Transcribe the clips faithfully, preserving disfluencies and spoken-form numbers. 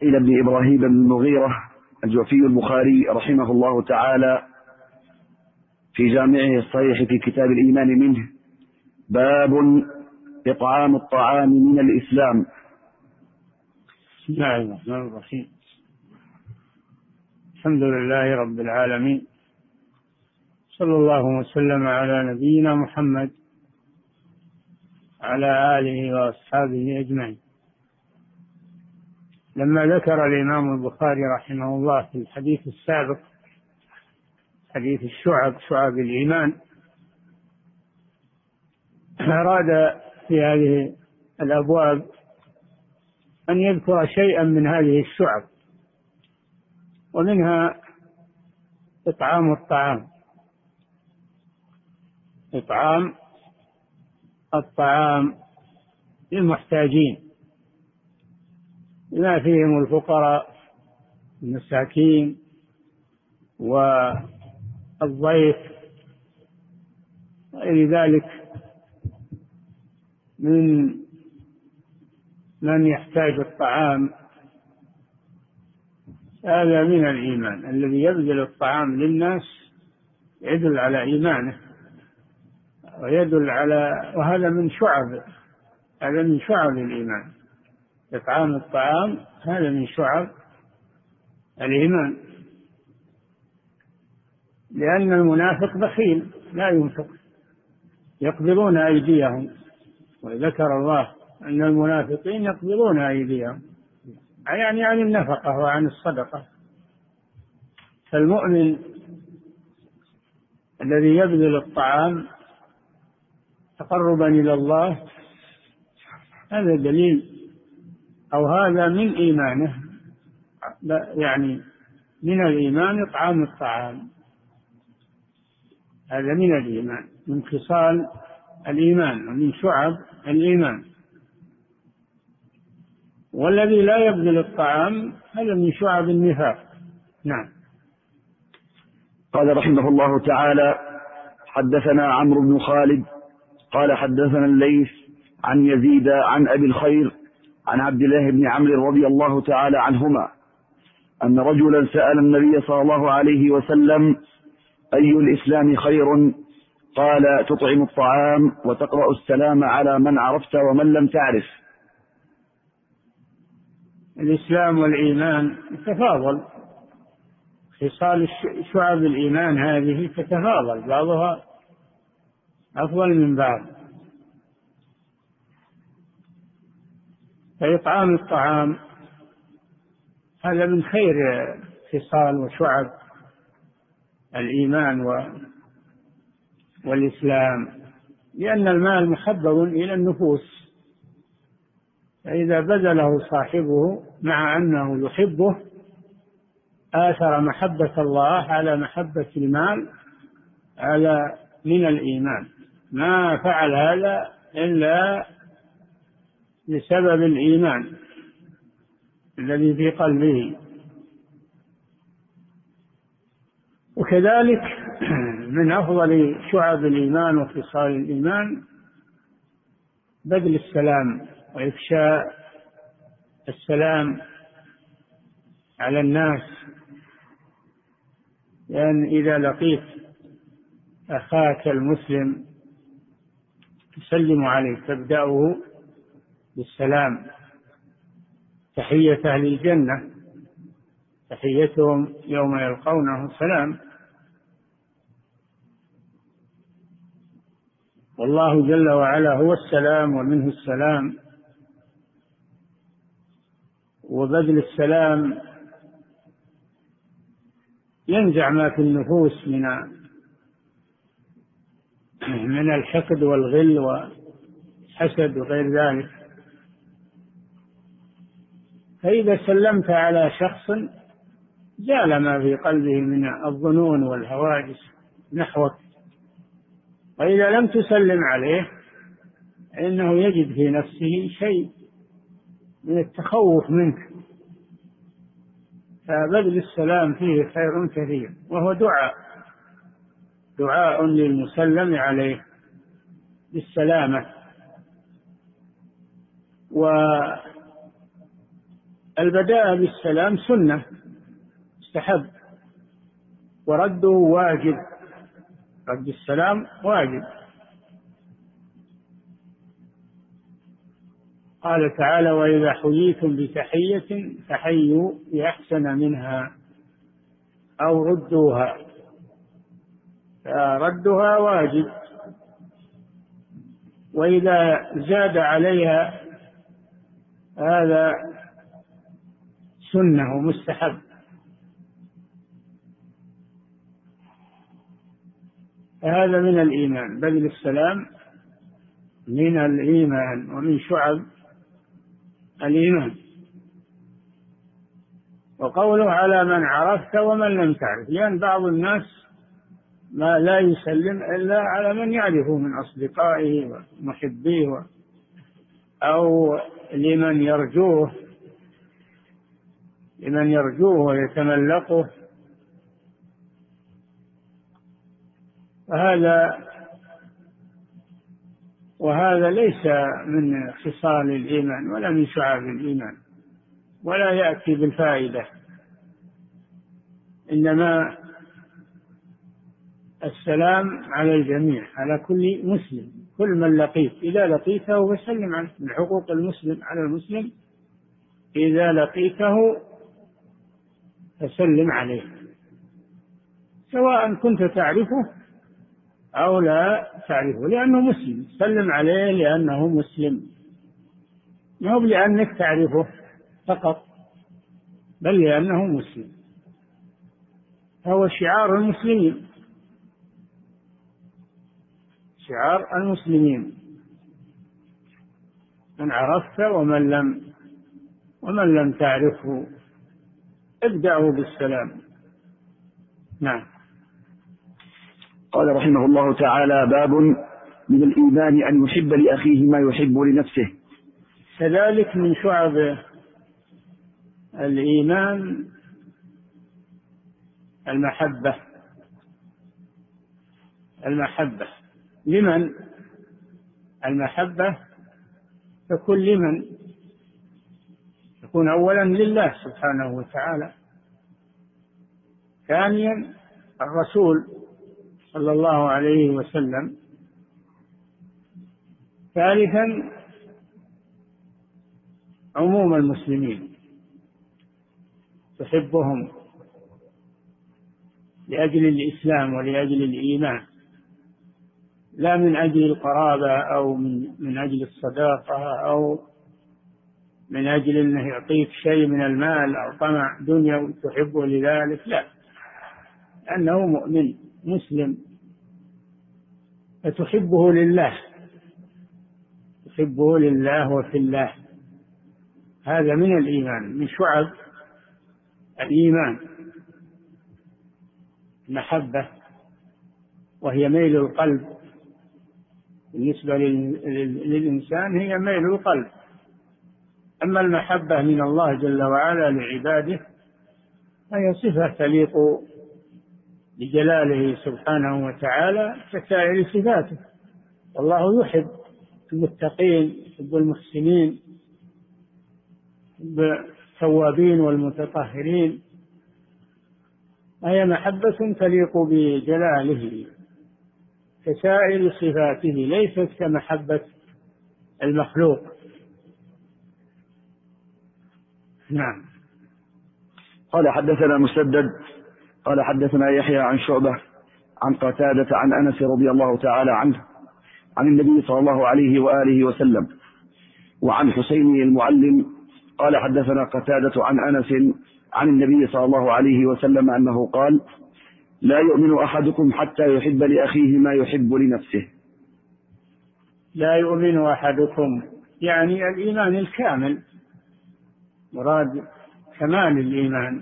إلى ابن إبراهيم بن المغيرة الجوفي البخاري رحمه الله تعالى في جامعه الصحيح في كتاب الإيمان منه: باب إطعام الطعام من الإسلام. بسم الله الرحمن الرحيم. الحمد لله رب العالمين، صلى الله وسلم على نبينا محمد على آله وأصحابه أجمعين. لما ذكر الإمام البخاري رحمه الله في الحديث السابق حديث الشعب شعب الإيمان، أراد في هذه الأبواب أن يذكر شيئا من هذه الشعب، ومنها إطعام الطعام إطعام الطعام للمحتاجين بما فيهم الفقراء المساكين والضيف غير ذلك من من يحتاج الطعام. هذا من الإيمان، الذي يبذل الطعام للناس يدل على إيمانه ويدل على وهذا من شعب هذا من شعب الإيمان. إطعام الطعام هذا من شعب الإيمان، لأن المنافق بخيل لا ينفق، يقبضون أيديهم، وذكر الله أن المنافقين يقبضون أيديهم، يعني عن النفقة وعن الصدقة. فالمؤمن الذي يبذل الطعام تقربا إلى الله هذا دليل أو هذا من إيمانه، يعني من الإيمان إطعام الطعام، هذا من الإيمان، من خصال الإيمان ومن شعب الإيمان. والذي لا يبذل الطعام هذا من شعب النفاق. نعم. قال رحمه الله تعالى: حدثنا عمرو بن خالد قال حدثنا الليث عن يزيد عن أبي الخير عن عبد الله بن عمرو رضي الله تعالى عنهما أن رجلا سأل النبي صلى الله عليه وسلم: أي الإسلام خير؟ قال: تطعم الطعام وتقرأ السلام على من عرفت ومن لم تعرف. الإسلام والإيمان تتفاضل، خصال شعب الإيمان هذه تتفاضل، بعضها أفضل من بعض. فإطعام الطعام هذا من خير خصال وشعب الإيمان والإسلام، لأن المال محبب إلى النفوس، فإذا بذله صاحبه مع أنه يحبه آثر محبة الله على محبة المال، هذا من الإيمان. ما فعل هذا إلا بسبب الإيمان الذي في قلبه. وكذلك من أفضل شعب الإيمان وخصال الإيمان بذل السلام وإفشاء السلام على الناس، لأن إذا لقيت أخاك المسلم تسلم عليه، تبدأه بالسلام، تحية أهل الجنة تحيتهم يوم يلقونه سلام. والله جل وعلا هو السلام ومنه السلام، وبذل السلام ينزع ما في النفوس من من الحقد والغل والحسد وغير ذلك. فإذا سلمت على شخص زال ما في قلبه من الظنون والهواجس نحوك، وإذا لم تسلم عليه إنه يجد في نفسه شيء من التخوف منك. فبذل السلام فيه خير كثير، وهو دعاء دعاء للمسلم عليه بالسلامة. البداءة بالسلام سنة مستحب، ورده واجب، رد السلام واجب. قال تعالى: وإذا حييتم بتحية فحيوا بأحسن منها أو ردوها، فردها واجب. وإذا زاد عليها هذا سنة ومستحب. هذا من الإيمان، بذل السلام من الإيمان ومن شعب الإيمان. وقوله على من عرفت ومن لم تعرف، لأن يعني بعض الناس ما لا يسلم إلا على من يعرفه من أصدقائه ومحبيه أو لمن يرجوه لمن يرجوه ويتملقه. وهذا وهذا ليس من خصال الإيمان ولا من شعاب الإيمان، ولا يأتي بالفائدة. إنما السلام على الجميع، على كل مسلم، كل من لقيت إذا لقيته فسلم عليه. من حقوق المسلم على المسلم إذا لقيته فسلم عليه، سواء كنت تعرفه أو لا تعرفه، لأنه مسلم. سلم عليه لأنه مسلم، ما هو لأنك تعرفه فقط، بل لأنه مسلم. هو شعار المسلمين، شعار المسلمين: من عرفت ومن لم ومن لم تعرفه ابدأوا بالسلام. نعم. قال رحمه الله تعالى: باب من الإيمان أن يحب لأخيه ما يحب لنفسه. كذلك من شعب الإيمان المحبة. المحبة لمن؟ المحبة تكون لمن؟ تكون أولا لله سبحانه وتعالى، ثانيا الرسول صلى الله عليه وسلم، ثالثا عموم المسلمين، تحبهم لأجل الإسلام ولأجل الإيمان، لا من أجل القرابة أو من, من أجل الصداقة أو من أجل أنه يعطيك شيء من المال أو طمع دنيا تحبه لذلك، لا، أنه مؤمن مسلم فتحبه لله، تحبه لله وفي الله. هذا من الإيمان، من شعب الإيمان المحبة، وهي ميل القلب. بالنسبة للإنسان هي ميل القلب. أما المحبة من الله جل وعلا لعباده فهي صفة تليق بجلاله سبحانه وتعالى كسائر صفاته. والله يحب المتقين، يحب المحسنين، يحب التوابين والمتطهرين. هي محبة تليق بجلاله كسائر صفاته، ليست كمحبة المخلوق. نعم. قال حدثنا مسدد قال حدثنا يحيى عن شعبة عن قتادة عن أنس رضي الله تعالى عنه عن النبي صلى الله عليه وآله وسلم وعن حسين المعلم قال حدثنا قتادة عن أنس عن النبي صلى الله عليه وسلم أنه قال: لا يؤمن أحدكم حتى يحب لأخيه ما يحب لنفسه. لا يؤمن أحدكم يعني الإيمان الكامل، مراد كمال الإيمان،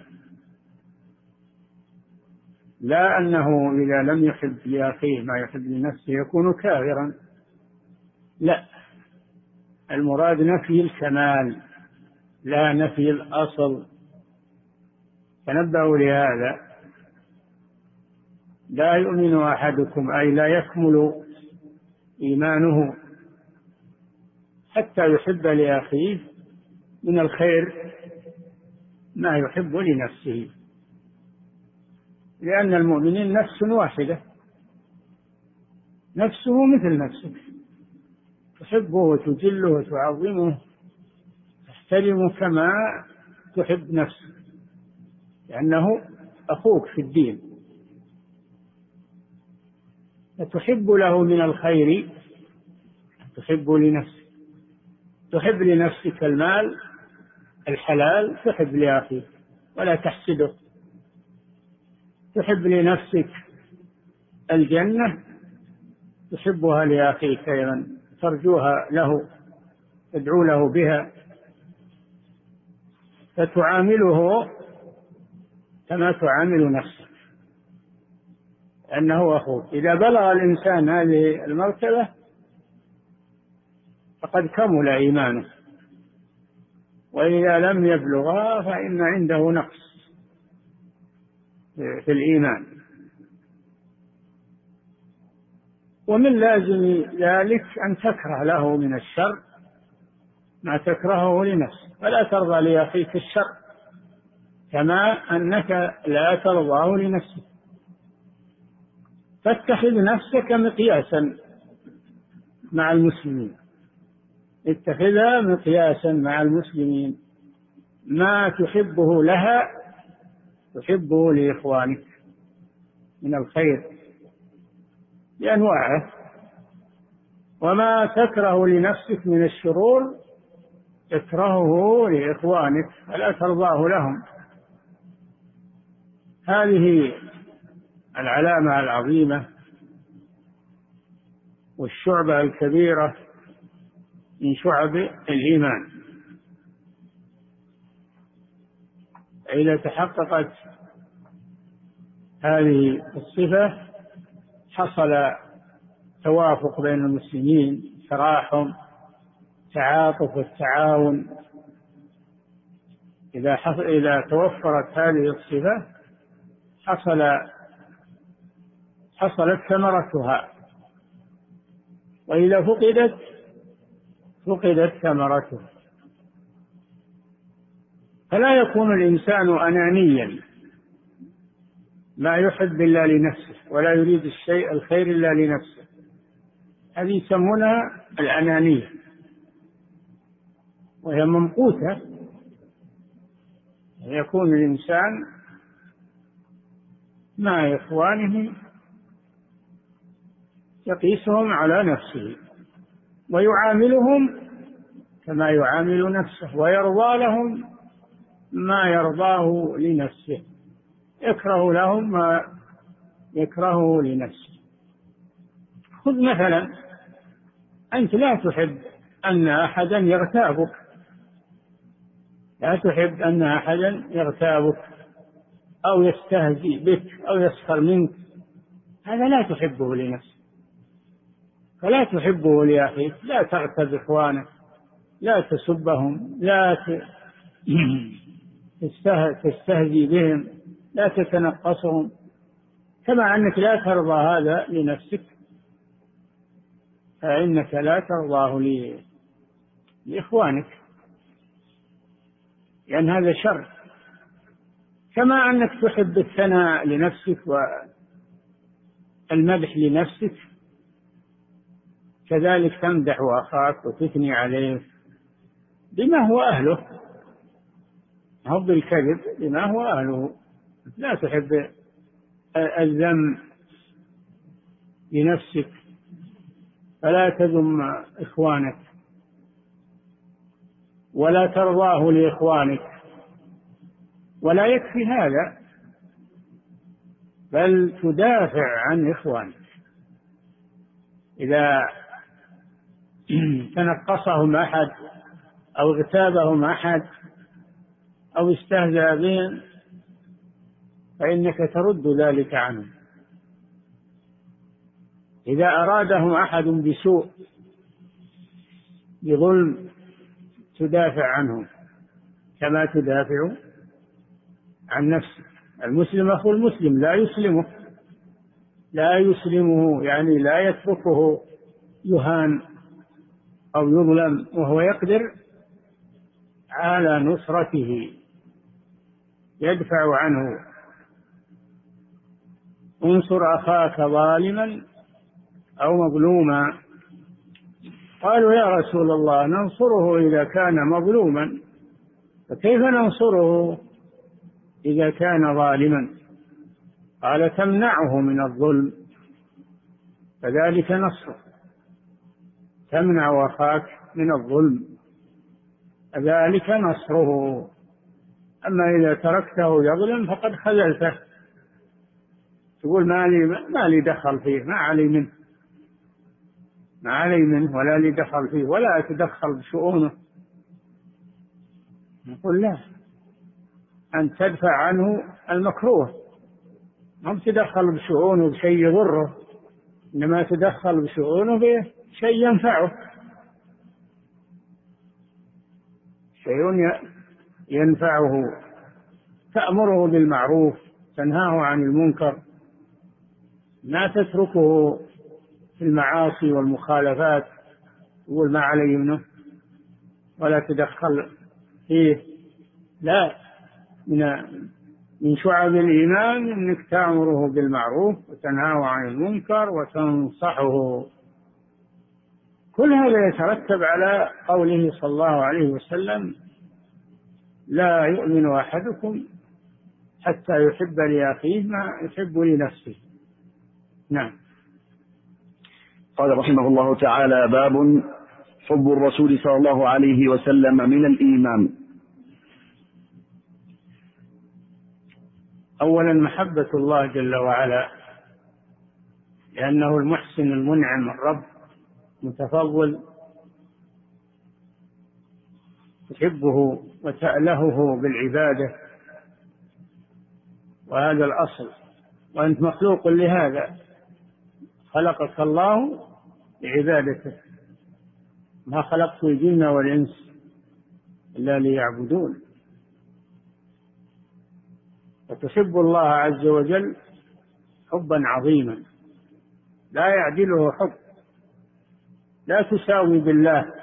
لا أنه إذا لم يحب لأخيه ما يحب لنفسه يكون كافرا، لا، المراد نفي الكمال لا نفي الأصل. تنبهوا لهذا: لا يؤمن أحدكم أي لا يكمل إيمانه حتى يحب لأخيه من الخير ما يحب لنفسه، لأن المؤمنين نفس واحدة، نفسه مثل نفسك، تحبه وتجله وتعظمه تحترمه كما تحب نفسك، لأنه أخوك في الدين. فتحب له من الخير تحب لنفسك، تحب لنفسك المال الحلال تحب لأخيك ولا تحسده، تحب لنفسك الجنة تحبها لأخيك أيضا، ترجوها له، تدعو له بها، فتعامله كما تعامل نفسك، أنه أخوك. إذا بلغ الإنسان هذه المرتبة فقد كمل إيمانه، وإذا لم يبلغها فإن عنده نقص في الإيمان. ومن لازم ذلك أن تكره له من الشر ما تكرهه لنفسك، فلا ترضى لأخيك الشر كما أنك لا ترضاه لنفسك. فاتخذ نفسك مقياسا مع المسلمين، اتخذها مقياسا مع المسلمين، ما تحبه لها تحبه لإخوانك من الخير بأنواعه، وما تكره لنفسك من الشرور تكرهه لإخوانك فلا ترضاه لهم. هذه العلامة العظيمة والشعبة الكبيرة من شعب الإيمان. إذا تحققت هذه الصفة حصل توافق بين المسلمين، تراحم، تعاطف والتعاون. إذا حصل إذا توفرت هذه الصفة حصل حصلت ثمرتها، وإذا فقدت فقدت ثمرتها. فلا يكون الإنسان أنانيا ما يحب إلا لنفسه ولا يريد الشيء الخير إلا لنفسه، هذه يسمونها الأنانية وهي ممقوتة. يكون الإنسان مع إخوانه يقيسهم على نفسه ويعاملهم كما يعامل نفسه، ويرضى لهم ما يرضاه لنفسه، يكره لهم ما يكرهه لنفسه. خذ مثلا، أنت لا تحب أن أحدا يغتابك، لا تحب أن أحدا يغتابك أو يستهزئ بك أو يسخر منك، هذا لا تحبه لنفسك، فلا تحبه لأخيك. لا تغتاب إخوانك، لا تسبهم، لا تستهزئ بهم، لا تتنقصهم، كما أنك لا ترضى هذا لنفسك فإنك لا ترضاه لإخوانك، لأن هذا شر. كما أنك تحب الثناء لنفسك والمدح لنفسك كذلك تمدح أخاك وتثني عليه بما هو أهله، هو بالكذب بما هو أهله. لا تحب الذم لنفسك فلا تذم إخوانك ولا ترضاه لإخوانك. ولا يكفي هذا، بل تدافع عن إخوانك إذا تنقصهم أحد أو اغتابهم أحد أو استهزأ بهم فإنك ترد ذلك عنهم. إذا أرادهم أحد بسوء بظلم تدافع عنهم كما تدافع عن نفسك. المسلم أخو المسلم لا يسلمه لا يسلمه يعني لا يتركه يهان أو يظلم وهو يقدر على نصرته. يدفع عنه. انصر أخاك ظالما أو مظلوما. قالوا يا رسول الله ننصره إذا كان مظلوما، فكيف ننصره إذا كان ظالما؟ قال تمنعه من الظلم، فذلك نصره. تمنع أخاك من الظلم، ذلك نصره. أما إذا تركته يظلم فقد خذلته، تقول ما لي ما لي دخل فيه، ما علي منه، ما علي منه ولا لي دخل فيه ولا أتدخل بشؤونه. نقول لا، أن تدفع عنه المكروه، ما تدخل بشؤونه بشيء يضره، إنما تدخل بشؤونه بشيء ينفعه، شيء ينفعه. تأمره بالمعروف، تنهاه عن المنكر، ما تتركه في المعاصي والمخالفات يقول ما علي منه ولا تدخل فيه. لا، من من شعب الإيمان أنك تأمره بالمعروف وتنهاه عن المنكر وتنصحه. كل هذا يترتب على قوله صلى الله عليه وسلم لا يؤمن أحدكم حتى يحب لأخيه ما يحب لنفسه. نعم. قال رحمه الله تعالى: باب حب الرسول صلى الله عليه وسلم من الإيمان. أولا محبة الله جل وعلا، لأنه المحسن المنعم الرب متفضل، تحبه وتألهه بالعبادة، وهذا الأصل. وأنت مخلوق لهذا، خلقك الله لعبادته، ما خلقت الجن والإنس إلا ليعبدون. وتحب الله عز وجل حبا عظيما لا يعدله حب، لا تساوي بالله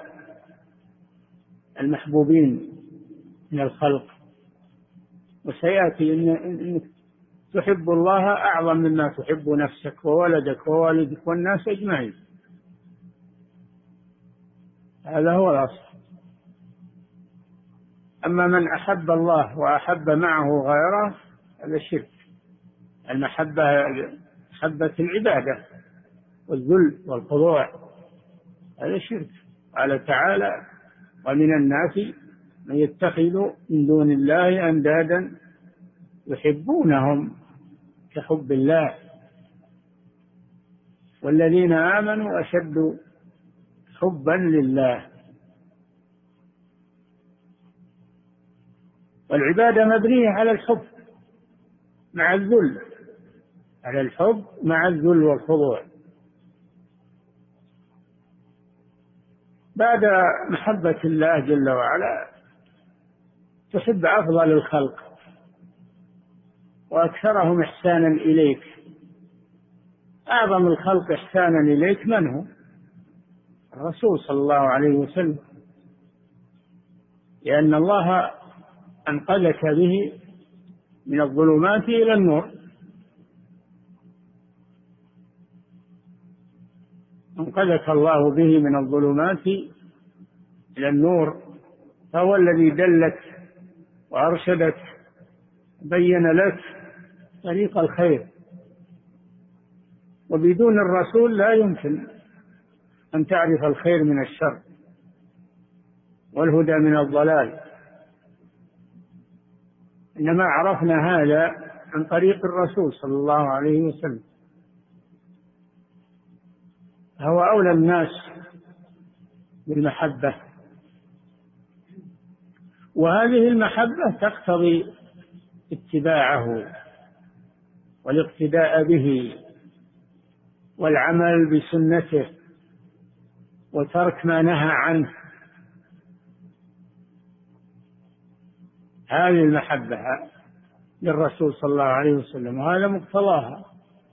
المحبوبين من الخلق. وسيأتي إن إنك تحب الله أعظم مما تحب نفسك وولدك ووالدك والناس أجمعين. هذا هو الأصل. أما من أحب الله وأحب معه غيره هذا شرك. المحبة محبة العبادة والذل والخضوع، هذا شرك. قال تعالى: ومن الناس من يتخذ من دون الله أندادا يحبونهم كحب الله والذين آمنوا أشد حبا لله. والعبادة مبنية على الحب مع الذل، على الحب مع الذل والخضوع. بعد محبة الله جل وعلا تحب أفضل الخلق وأكثرهم إحسانا إليك. أعظم الخلق إحسانا إليك من هو؟ الرسول صلى الله عليه وسلم، لأن الله أنقذك به من الظلمات إلى النور. أنقذك الله به من الظلمات إلى النور، فهو الذي دلك وأرشدك، بين لك طريق الخير. وبدون الرسول لا يمكن أن تعرف الخير من الشر والهدى من الضلال، إنما عرفنا هذا عن طريق الرسول صلى الله عليه وسلم. هو أولى الناس بالمحبة، وهذه المحبة تقتضي اتباعه والاقتداء به والعمل بسنته وترك ما نهى عنه. هذه المحبة للرسول صلى الله عليه وسلم، وهذا مقتضاها.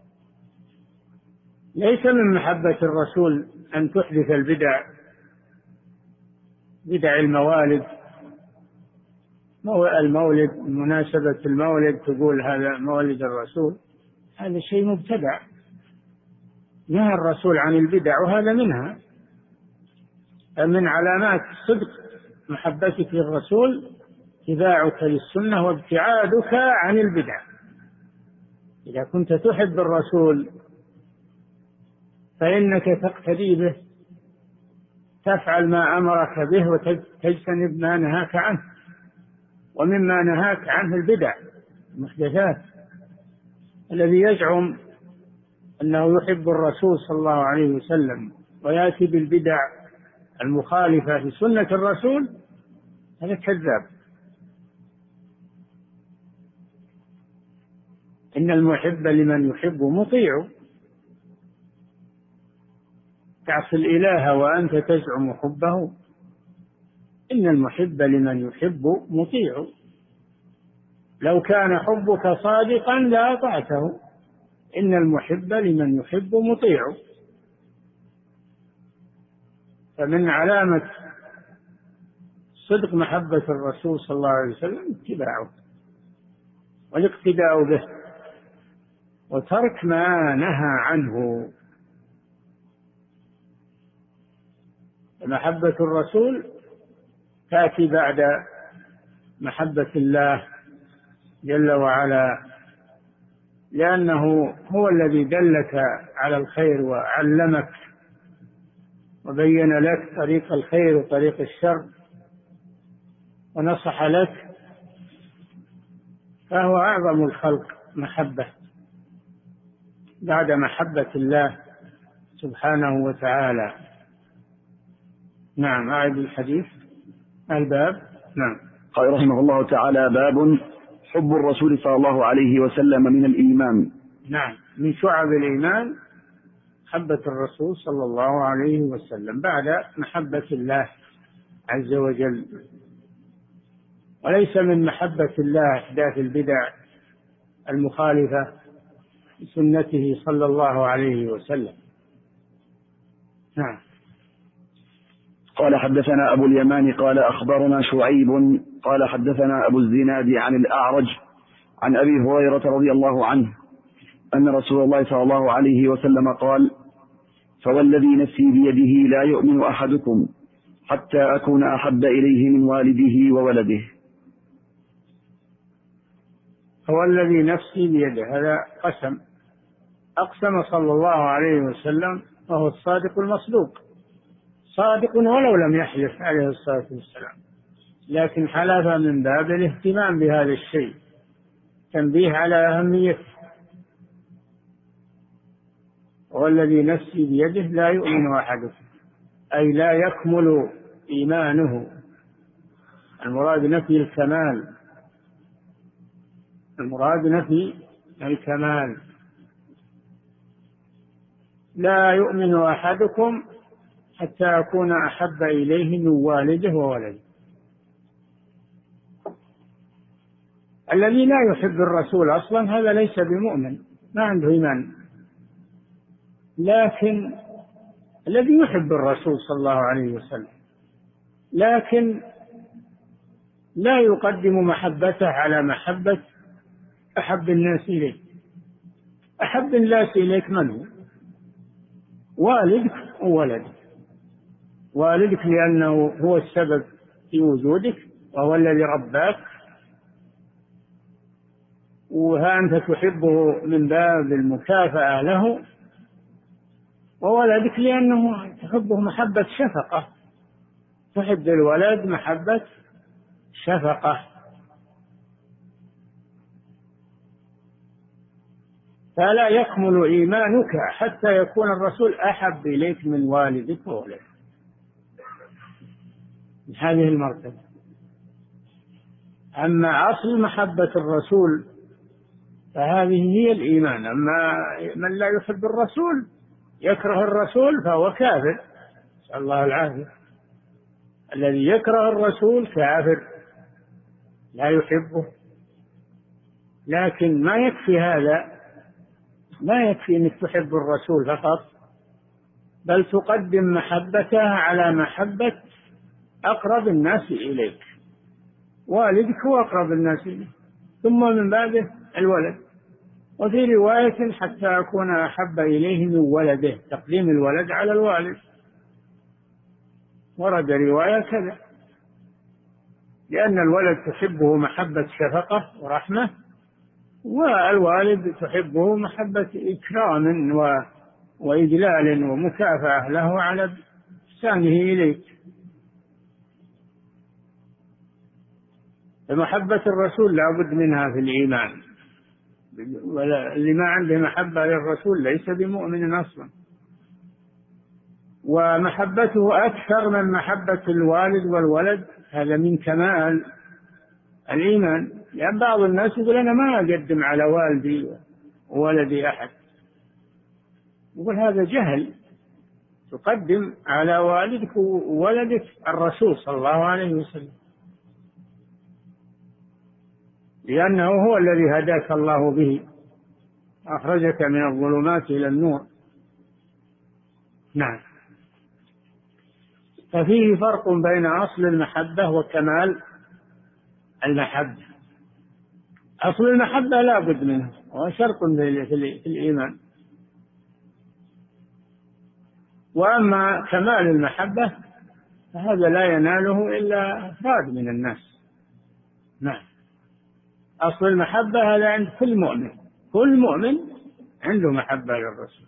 ليس من محبة الرسول أن تحدث البدع، بدع الموالد المولد، مناسبة المولد تقول هذا مولد الرسول، هذا شيء مبتدع. نهى الرسول عن البدع وهذا منها. من علامات صدق محبتك للرسول اتباعك للسنة وابتعادك عن البدع. إذا كنت تحب الرسول فإنك تقتدي به، تفعل ما أمرك به وتجتنب ما نهاك عنه، ومما نهاك عنه البدع المحدثات. الذي يزعم أنه يحب الرسول صلى الله عليه وسلم ويأتي بالبدع المخالفة في سنة الرسول هذا كذاب. إن المحب لمن يحب مطيع. تعصي الإله وأنت تزعم حبه؟ إن المحب لمن يحب مطيع. لو كان حبك صادقا لأطعته. إن المحب لمن يحب مطيع. فمن علامة صدق محبة الرسول صلى الله عليه وسلم اتباعه والاقتداء به وترك ما نهى عنه. محبة الرسول تأتي بعد محبة الله جل وعلا، لأنه هو الذي دلك على الخير وعلمك وبين لك طريق الخير وطريق الشر ونصح لك، فهو أعظم الخلق محبة بعد محبة الله سبحانه وتعالى. نعم، أعد الحديث الباب. نعم. قال رحمه الله تعالى: باب حب الرسول صلى الله عليه وسلم من الإيمان. نعم، من شعب الإيمان محبة الرسول صلى الله عليه وسلم بعد محبة الله عز وجل، وليس من محبة الله إحداث البدع المخالفة لسنته صلى الله عليه وسلم. نعم. قال: حدثنا أبو اليمان قال أخبرنا شعيب قال حدثنا أبو الزناد عن الأعرج عن أبي هريرة رضي الله عنه أن رسول الله صلى الله عليه وسلم قال: فوالذي نفسي بيده لا يؤمن أحدكم حتى أكون أحب إليه من والده وولده. هو الذي نفسي بيده، هذا قسم، أقسم صلى الله عليه وسلم وهو الصادق المصدوق، صادق ولو لم يحلف عليه الصلاة والسلام، لكن حلف من باب الاهتمام بهذا الشيء، تنبيه على أهميته. والذي نفسي بيده لا يؤمن أحدكم، أي لا يكمل إيمانه. المراد نفي الكمال، المراد نفي الكمال. لا يؤمن أحدكم حتى أكون أحب إليه من والده وولده. الذي لا يحب الرسول أصلا هذا ليس بمؤمن، ما عنده إيمان. لكن الذي يحب الرسول صلى الله عليه وسلم لكن لا يقدم محبته على محبة أحب الناس إليه. أحب الناس إليك من هو؟ والدك وولدك. والدك لأنه هو السبب في وجودك وهو الذي رباك، وها أنت تحبه من باب المكافأة له، وولدك لأنه تحبه محبة شفقة، تحب الولد محبة شفقة. فلا يكمل إيمانك حتى يكون الرسول أحب إليك من والدك وولدك، هذه المرتبة. أما أصل محبة الرسول فهذه هي الإيمان. أما من لا يحب الرسول يكره الرسول فهو كافر، نسأل الله العافية. الذي يكره الرسول كافر لا يحبه. لكن ما يكفي هذا، ما يكفي أنك تحب الرسول فقط، بل تقدم محبته على محبة أقرب الناس إليك والدك هو أقرب الناس إليه، ثم من بعده الولد. وفي رواية حتى أكون أحب إليه من ولده، تقديم الولد على الوالد، ورد رواية كذا، لأن الولد تحبه محبة شفقة ورحمة، والوالد تحبه محبة إكرام وإجلال ومكافأة له على إحسانه إليك. فمحبة الرسول لا بد منها في الإيمان، اللي ما عنده محبة للرسول ليس بمؤمن أصلا. ومحبته أكثر من محبة الوالد والولد، هذا من كمال الإيمان. لأن بعض الناس يقول أنا ما أقدم على والدي وولدي أحد، يقول هذا جهل، تقدم على والدك وولدك الرسول صلى الله عليه وسلم، لأنه هو الذي هداك الله به، أخرجك من الظلمات إلى النور. نعم. ففيه فرق بين أصل المحبة وكمال المحبة. أصل المحبة لا بد منه، وهو شرط في الإيمان. وأما كمال المحبة فهذا لا يناله إلا أفراد من الناس. نعم. أصل المحبة هذا عند كل مؤمن، كل مؤمن عنده محبة للرسول،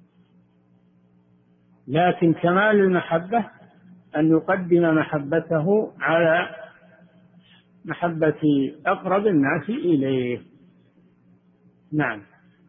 لكن كمال المحبة أن يقدم محبته على محبة أقرب الناس إليه. نعم.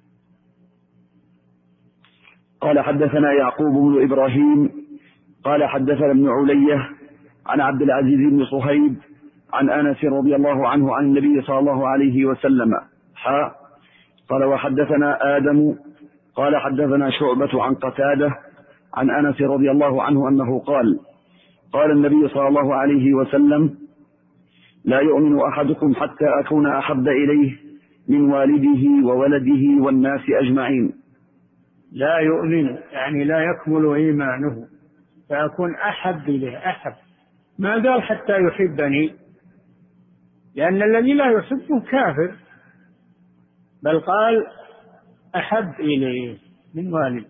قال حدثنا يعقوب بن إبراهيم قال حدثنا ابن علية عن عبد العزيز بن صهيب عن أنس رضي الله عنه عن النبي صلى الله عليه وسلم حا قال وحدثنا آدم قال حدثنا شعبة عن قتادة عن أنس رضي الله عنه أنه قال قال النبي صلى الله عليه وسلم لا يؤمن أحدكم حتى أكون أحب إليه من والده وولده والناس أجمعين. لا يؤمن يعني لا يكمل إيمانه، فأكون أحب إليه. أحب ما قال حتى يحبني، لأن الذي لا يحبه كافر، بل قال أحب إليه من والده،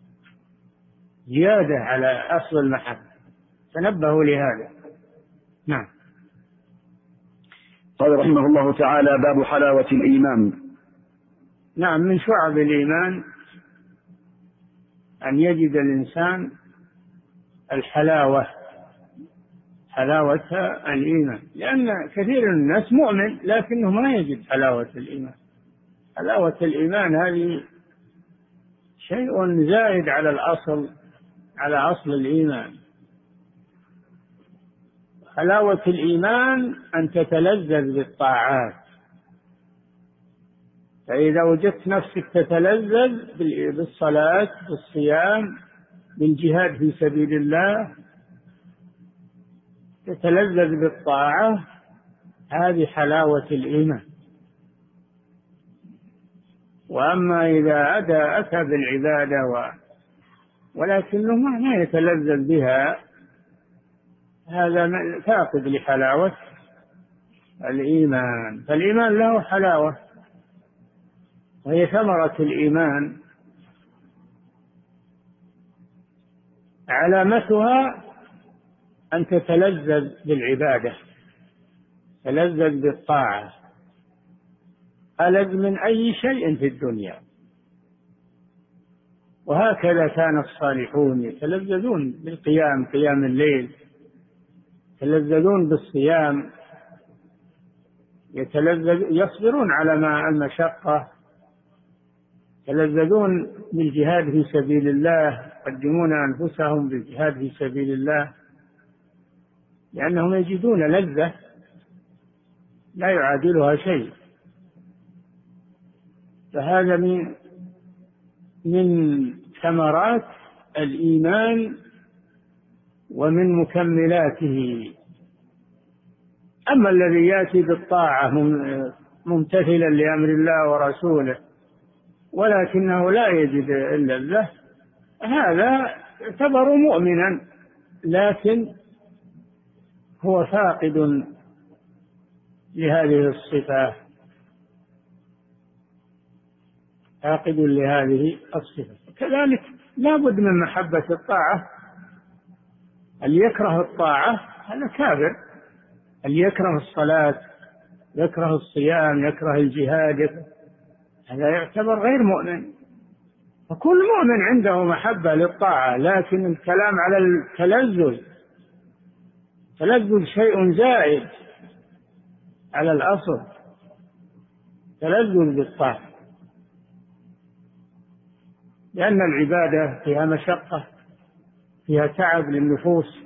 زيادة على أصل المحبة، تنبهوا لهذا. نعم. قال رحمه الله تعالى باب حلاوة الإيمان. نعم. من شعب الإيمان أن يجد الإنسان الحلاوة، حلاوة الإيمان، لأن كثير من الناس مؤمن لكنه ما يجد حلاوة الإيمان. حلاوة الإيمان هذه شيء زائد على الأصل، على أصل الإيمان. حلاوة الإيمان أن تتلذذ بالطاعات، فإذا وجدت نفسك تتلذذ بالصلاة، بالصيام، بالجهاد في سبيل الله، تتلذذ بالطاعة، هذه حلاوة الإيمان. وأما إذا أتى أتى بالعبادة و... ولكنه ما يتلذذ بها، هذا فاقد لحلاوة الإيمان. فالإيمان له حلاوة، وهي ثمرة الإيمان. علامتها أن تتلذذ بالعبادة، تلذذ بالطاعة، ألذ من أي شيء في الدنيا. وهكذا كان الصالحون يتلذذون بالقيام، قيام الليل، يتلذذون بالصيام، يتلذذ يصبرون على ما المشقة، يتلذذون بالجهاد في سبيل الله، يقدمون أنفسهم بالجهاد في سبيل الله، لأنهم يجدون لذة لا يعادلها شيء. فهذا من من ثمرات الإيمان ومن مكملاته. أما الذي يأتي بالطاعة ممتثلا لأمر الله ورسوله ولكنه لا يجد إلا الله، هذا يعتبر مؤمنا، لكن هو فاقد لهذه الصفة، عاقد لهذه الصفة. كذلك لا بد من محبة الطاعة. اللي يكره الطاعة هذا كافر، اللي يكره الصلاة، يكره الصيام، يكره الجهاد، هذا يعتبر غير مؤمن. فكل مؤمن عنده محبة للطاعة، لكن الكلام على التلذذ، تلذذ شيء زائد على الأصل، تلذذ بالطاعة، لأن العبادة فيها مشقة، فيها تعب للنفوس،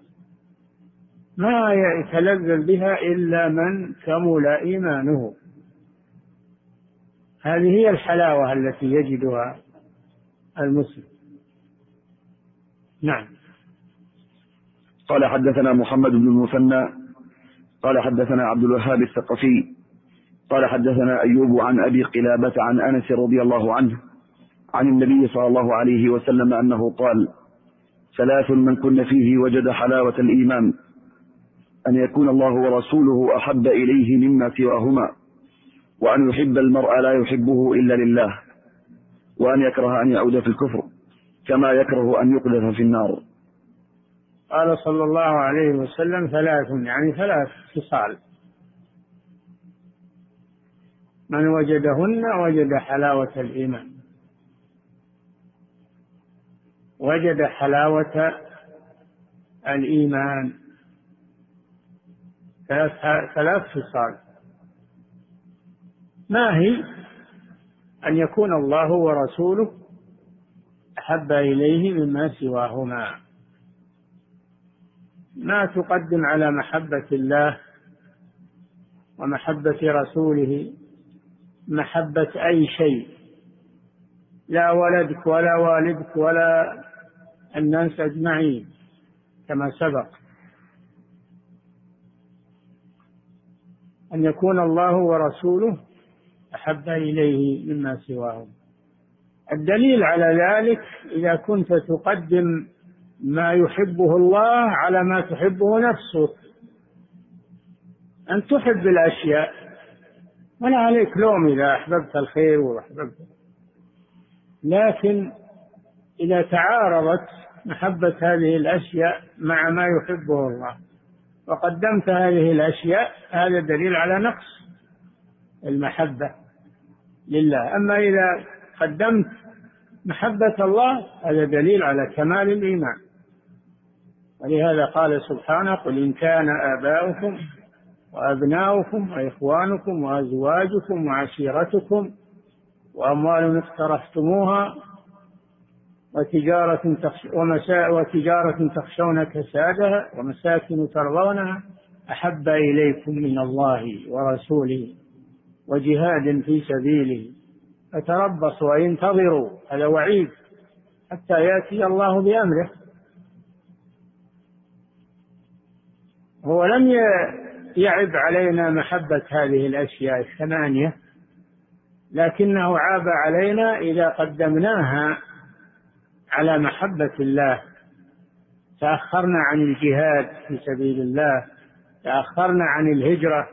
ما يتلذذ بها إلا من كمل إيمانه. هذه هي الحلاوة التي يجدها المسلم. نعم. قال حدثنا محمد بن المثنى قال حدثنا عبد الوهاب الثقفي قال حدثنا أيوب عن أبي قلابة عن أنس رضي الله عنه عن النبي صلى الله عليه وسلم أنه قال: ثلاث من كن فيه وجد حلاوة الإيمان: أن يكون الله ورسوله أحب إليه مما سواهما، وأن يحب المرء لا يحبه إلا لله، وأن يكره أن يعود في الكفر كما يكره أن يقذف في النار. قال صلى الله عليه وسلم: ثلاث، يعني ثلاث خصال، من وجدهن وجد حلاوة الإيمان، وجد حلاوة الإيمان. ثلاث ثلاث خصال. ما هي؟ أن يكون الله ورسوله أحب إليه مما سواهما. ما تقدم على محبة الله ومحبة رسوله محبة أي شيء، لا ولدك ولا والدك ولا الناس أجمعين، كما سبق. أن يكون الله ورسوله أحب إليه مما سواهم. الدليل على ذلك إذا كنت تقدم ما يحبه الله على ما تحبه نفسك. أن تحب الأشياء ولا عليك لوم إذا أحببت الخير وأحببت، لكن إذا تعارضت محبة هذه الأشياء مع ما يحبه الله وقدمت هذه الأشياء، هذا دليل على نقص المحبة لله. أما إذا قدمت محبة الله هذا دليل على كمال الإيمان. ولهذا قال سبحانه: قل إن كان آباؤكم وأبناؤكم وإخوانكم وأزواجكم وعشيرتكم وأموال اقترفتموها وتجارة وتجارة تخشون كسادها ومساكن ترضونها أحب إليكم من الله ورسوله وجهاد في سبيله فتربصوا وانتظروا. هذا وعيد حتى يأتي الله بأمره. هو لم يعب علينا محبة هذه الأشياء الثمانية، لكنه عاب علينا إذا قدمناها على محبة الله، تأخرنا عن الجهاد في سبيل الله، تأخرنا عن الهجرة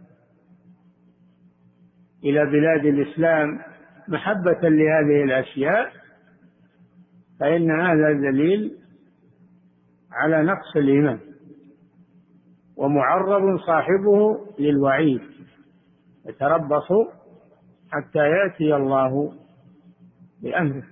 إلى بلاد الإسلام محبة لهذه الأشياء، فإن هذا دليل على نقص الإيمان، ومعرض صاحبه للوعيد. يتربصوا حتى يأتي الله بأمره.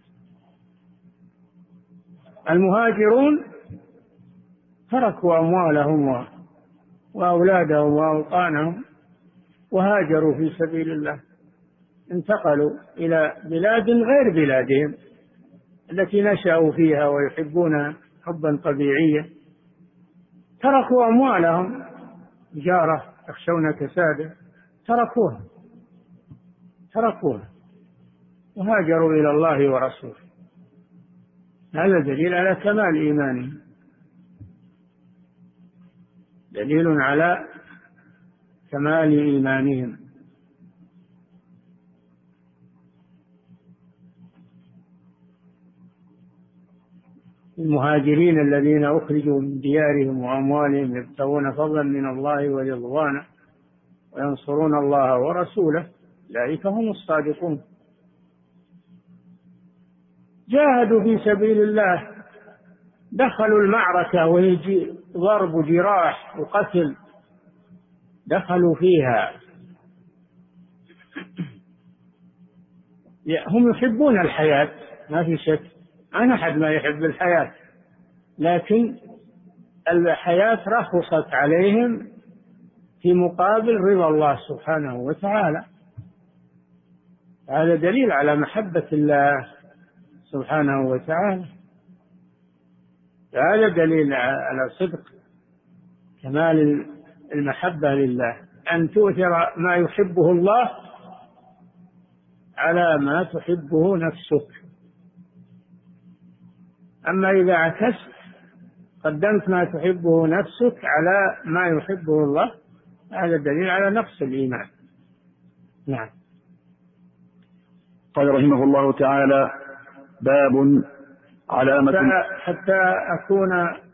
المهاجرون تركوا أموالهم وأولادهم وأوطانهم وهاجروا في سبيل الله، انتقلوا إلى بلاد غير بلادهم التي نشأوا فيها ويحبونها حبا طبيعيا، تركوا أموالهم تجارة يخشون كساده، تركوها تركوها وهاجروا إلى الله ورسوله. هذا دليل على كمال إيمانهم، دليل على كمال إيمانهم. المهاجرين الذين أخرجوا من ديارهم وأموالهم يبتغون فضلا من الله ورضوانه وينصرون الله ورسوله أولئك هم الصادقون. جاهدوا في سبيل الله، دخلوا المعركة وهي ضرب وجراح وقتل، دخلوا فيها. هم يحبون الحياة ما في شك، أنا أحد ما يحب الحياة، لكن الحياة رخصت عليهم في مقابل رضا الله سبحانه وتعالى. هذا دليل على محبة الله سبحانه وتعالى، هذا دليل على صدق كمال المحبة لله، أن تؤثر ما يحبه الله على ما تحبه نفسك. أما إذا عكست قدمت ما تحبه نفسك على ما يحبه الله، هذا دليل على نقص الإيمان. نعم. قال رحمه الله تعالى: باب علامة حتى, حتى أكون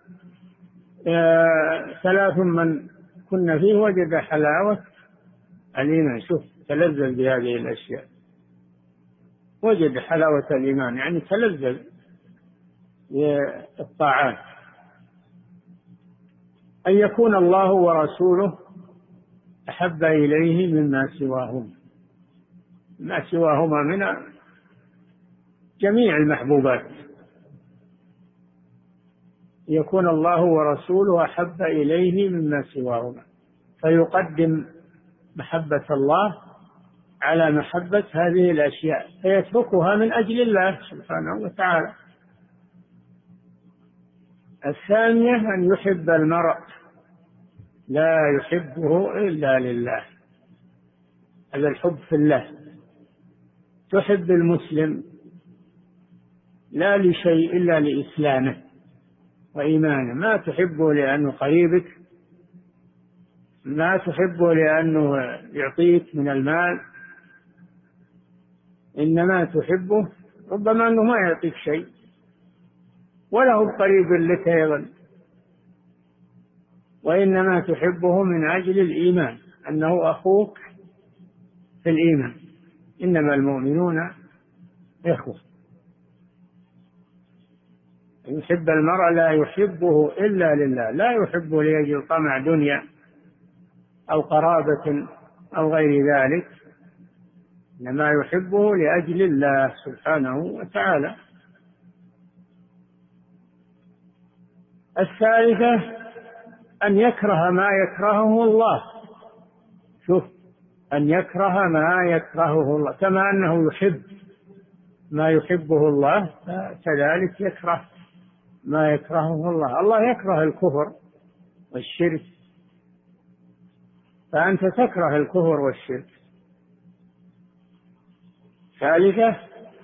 ثلاث من كنا فيه وجد حلاوة الإيمان. شوف، تلذذ بهذه الأشياء، وجد حلاوة الإيمان، يعني تلذذ بالطاعات. أن يكون الله ورسوله أحب إليه مما سواهما، ما سواهما من جميع المحبوبات. يكون الله ورسوله أحب إليه مما سواهما، فيقدم محبة الله على محبة هذه الأشياء، فيتركها من أجل الله سبحانه وتعالى. الثانية أن يحب المرء لا يحبه إلا لله، هذا الحب في الله. تحب المسلم لا لشيء إلا لإسلامه وإيمانه، ما تحبه لأنه قريبك، ما تحبه لأنه يعطيك من المال، إنما تحبه ربما أنه ما يعطيك شيء ولا هو قريب لك أيضا، وإنما تحبه من أجل الإيمان، أنه أخوك في الإيمان، إنما المؤمنون إخوة. يحب المرء لا يحبه إلا لله، لا يحبه لأجل طمع دنيا أو قرابة أو غير ذلك، إنما يحبه لأجل الله سبحانه وتعالى. الثالثة أن يكره ما يكرهه الله. شوف، أن يكره ما يكرهه الله، كما أنه يحب ما يحبه الله كذلك يكره ما يكرهه الله. الله يكره الكفر والشرك، فأنت تكره الكفر والشرك. ثالثة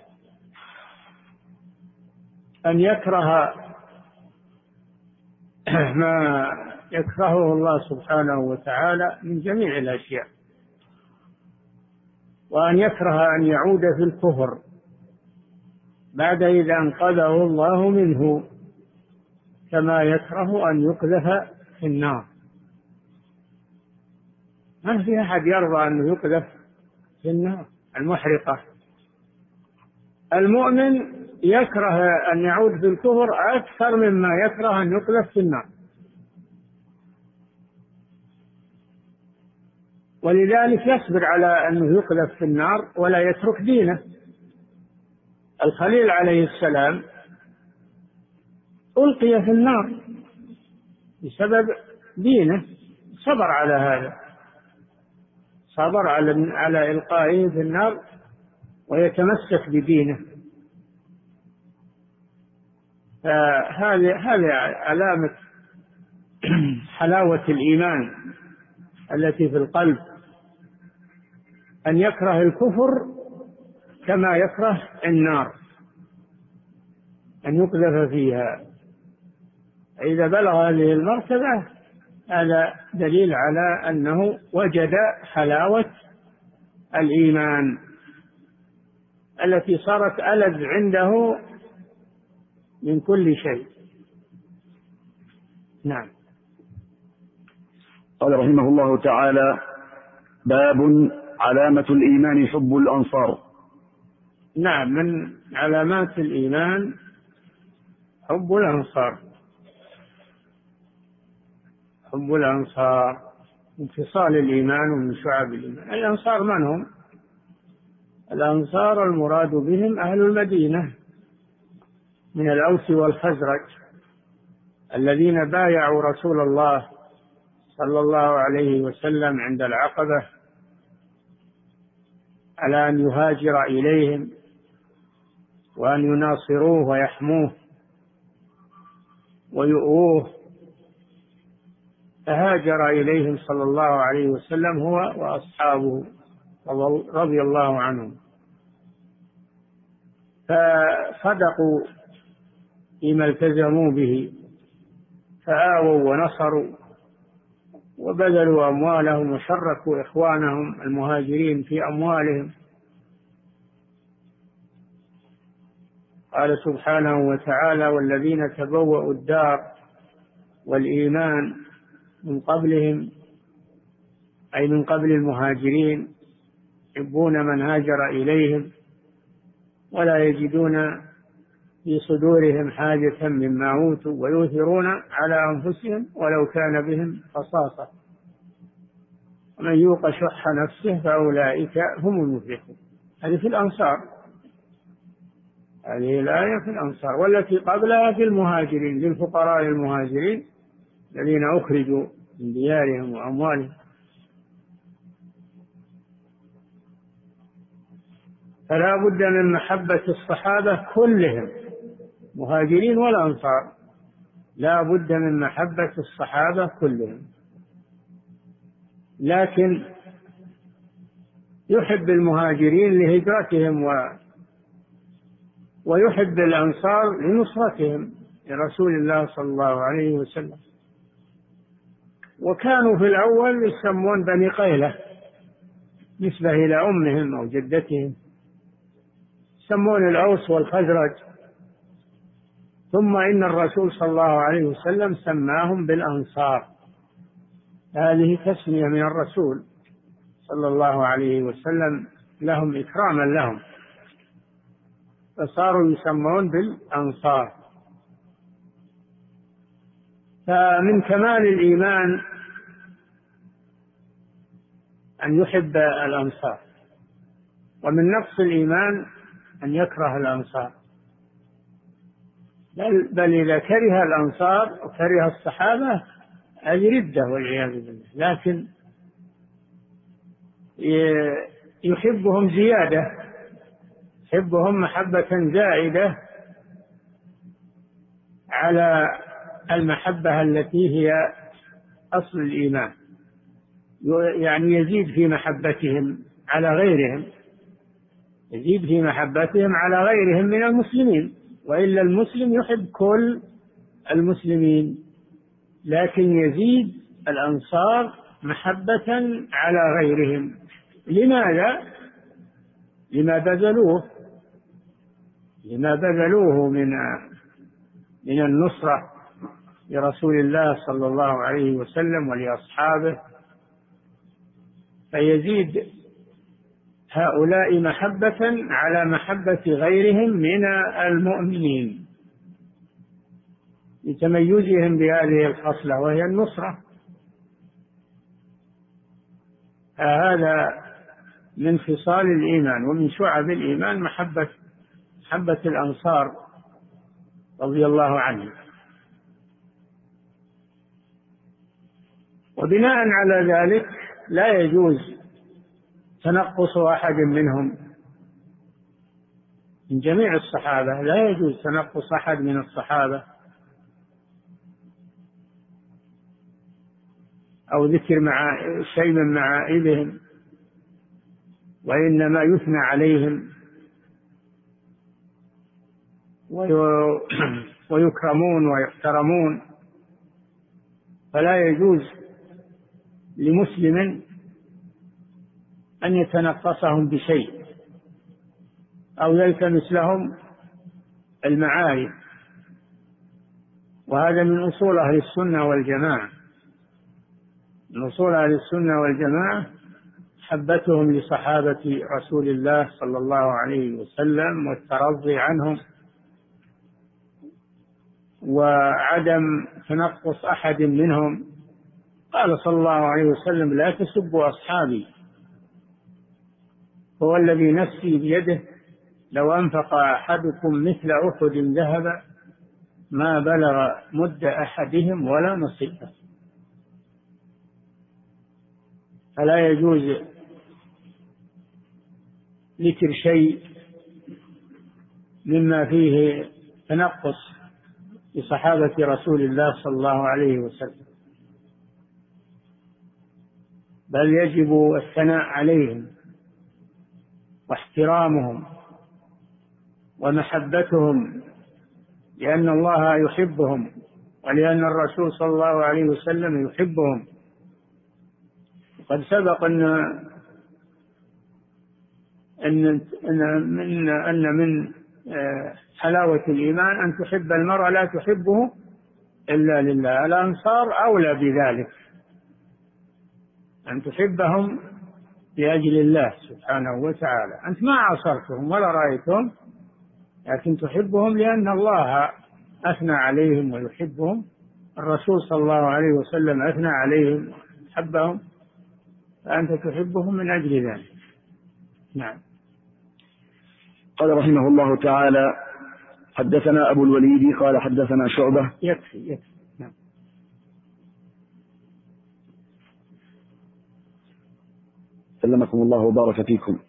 أن يكره ما يكرهه الله سبحانه وتعالى من جميع الأشياء، وأن يكره أن يعود في الكفر بعد إذا أنقذه الله منه، كما يكره أن يقذف في النار. ما في أحد يرضى أن يقذف في النار المحرقة. المؤمن يكره أن يعود في الكفر أكثر مما يكره أن يقذف في النار، ولذلك يصبر على أنه يقذف في النار ولا يترك دينه. الخليل عليه السلام ألقي في النار بسبب دينه، صبر على هذا، صبر على على إلقائه في النار ويتمسك بدينه. فهذه هذه علامة حلاوة الإيمان التي في القلب، أن يكره الكفر كما يكره النار، أن يقذف فيها. إذا بلغ هذه المرتبة هذا دليل على أنه وجد حلاوة الإيمان التي صارت ألذ عنده من كل شيء. نعم. قال رحمه الله تعالى: باب علامة الإيمان حب الأنصار. نعم، من علامات الإيمان حب الأنصار. حب الأنصار انفصال الإيمان ومن شعب الإيمان. الأنصار من هم؟ الأنصار المراد بهم أهل المدينة من الأوس والخزرج الذين بايعوا رسول الله صلى الله عليه وسلم عند العقبة على أن يهاجر إليهم وأن يناصروه ويحموه ويؤوه، فهاجر إليهم صلى الله عليه وسلم هو وأصحابه رضي الله عنهم، فصدقوا فيما التزموا به، فآووا ونصروا وبذلوا أموالهم وشركوا إخوانهم المهاجرين في أموالهم. قال سبحانه وتعالى: والذين تبوأوا الدار والإيمان من قبلهم، أي من قبل المهاجرين، يحبون من هاجر إليهم ولا يجدون في صدورهم حاجة مما أوتوا ويؤثرون على أنفسهم ولو كان بهم خصاصة ومن يوق شح نفسه فأولئك هم المفلحون. هذه في الأنصار، هذه الآية في الأنصار. والتي قبلها في المهاجرين، للفقراء المهاجرين الذين أخرجوا من ديارهم وأموالهم. فلا بد من محبة الصحابة كلهم، مهاجرين والأنصار، لا بد من محبة الصحابة كلهم. لكن يحب المهاجرين لهجرتهم و ويحب الأنصار لنصرتهم لرسول الله صلى الله عليه وسلم. وكانوا في الأول يسمون بني قيلة نسبة إلى أمهم أو جدتهم، يسمون الأوس والخزرج، ثم إن الرسول صلى الله عليه وسلم سماهم بالأنصار، هذه تسمية من الرسول صلى الله عليه وسلم لهم إكراما لهم، فصاروا يسمون بالأنصار. فمن كمال الإيمان أن يحب الأنصار، ومن نقص الإيمان أن يكره الأنصار، بل, بل إذا كره الأنصار وكره الصحابة هذه ردة والعياذ بالله، لكن يحبهم زيادة، يحبهم محبة زائدة على المحبة التي هي أصل الإيمان، يعني يزيد في محبتهم على غيرهم، يزيد في محبتهم على غيرهم من المسلمين، وإلا المسلم يحب كل المسلمين، لكن يزيد الأنصار محبة على غيرهم. لماذا؟ لما بذلوه لما بذلوه من من النصرة لرسول الله صلى الله عليه وسلم ولأصحابه، فيزيد هؤلاء محبة على محبة غيرهم من المؤمنين لتميزهم بهذه الخصلة وهي النصرة. هذا من خصال الإيمان ومن شعب الإيمان محبة محبة الأنصار رضي الله عنهم. وبناء على ذلك لا يجوز تنقص أحد منهم من جميع الصحابة، لا يجوز تنقص أحد من الصحابة أو ذكر مع شيء من معائبهم، وإنما يثنى عليهم ويكرمون ويحترمون. فلا يجوز لمسلم أن يتنقصهم بشيء أو يلتمس لهم المعايب، وهذا من أصول أهل السنة والجماعة. من أصول أهل السنة والجماعة محبتهم لصحابة رسول الله صلى الله عليه وسلم والترضي عنهم، وعدم تنقص أحد منهم. قال صلى الله عليه وسلم: لا تسبوا أصحابي، هو الذي نفسي بيده لو أنفق أحدكم مثل أحد ذهبا ما بلغ مد أحدهم ولا نصيفه. فلا يجوز ذكر شيء مما فيه تنقص لصحابة رسول الله صلى الله عليه وسلم، بل يجب الثناء عليهم واحترامهم ومحبتهم، لأن الله يحبهم ولأن الرسول صلى الله عليه وسلم يحبهم. قد سبق أن أن أن من أن من حلاوة الإيمان أن تحب المرء لا تحبه إلا لله. الأنصار أولى بذلك، أن تحبهم لأجل الله سبحانه وتعالى. أنت ما عاصرتهم ولا رأيتهم، لكن تحبهم لأن الله أثنى عليهم ويحبهم، الرسول صلى الله عليه وسلم أثنى عليهم حبهم، فأنت تحبهم من أجل ذلك. نعم. قال رحمه الله تعالى: حدثنا أبو الوليد قال حدثنا شعبة. يكفي يكفي. نعم. سلمكم الله وبارك فيكم.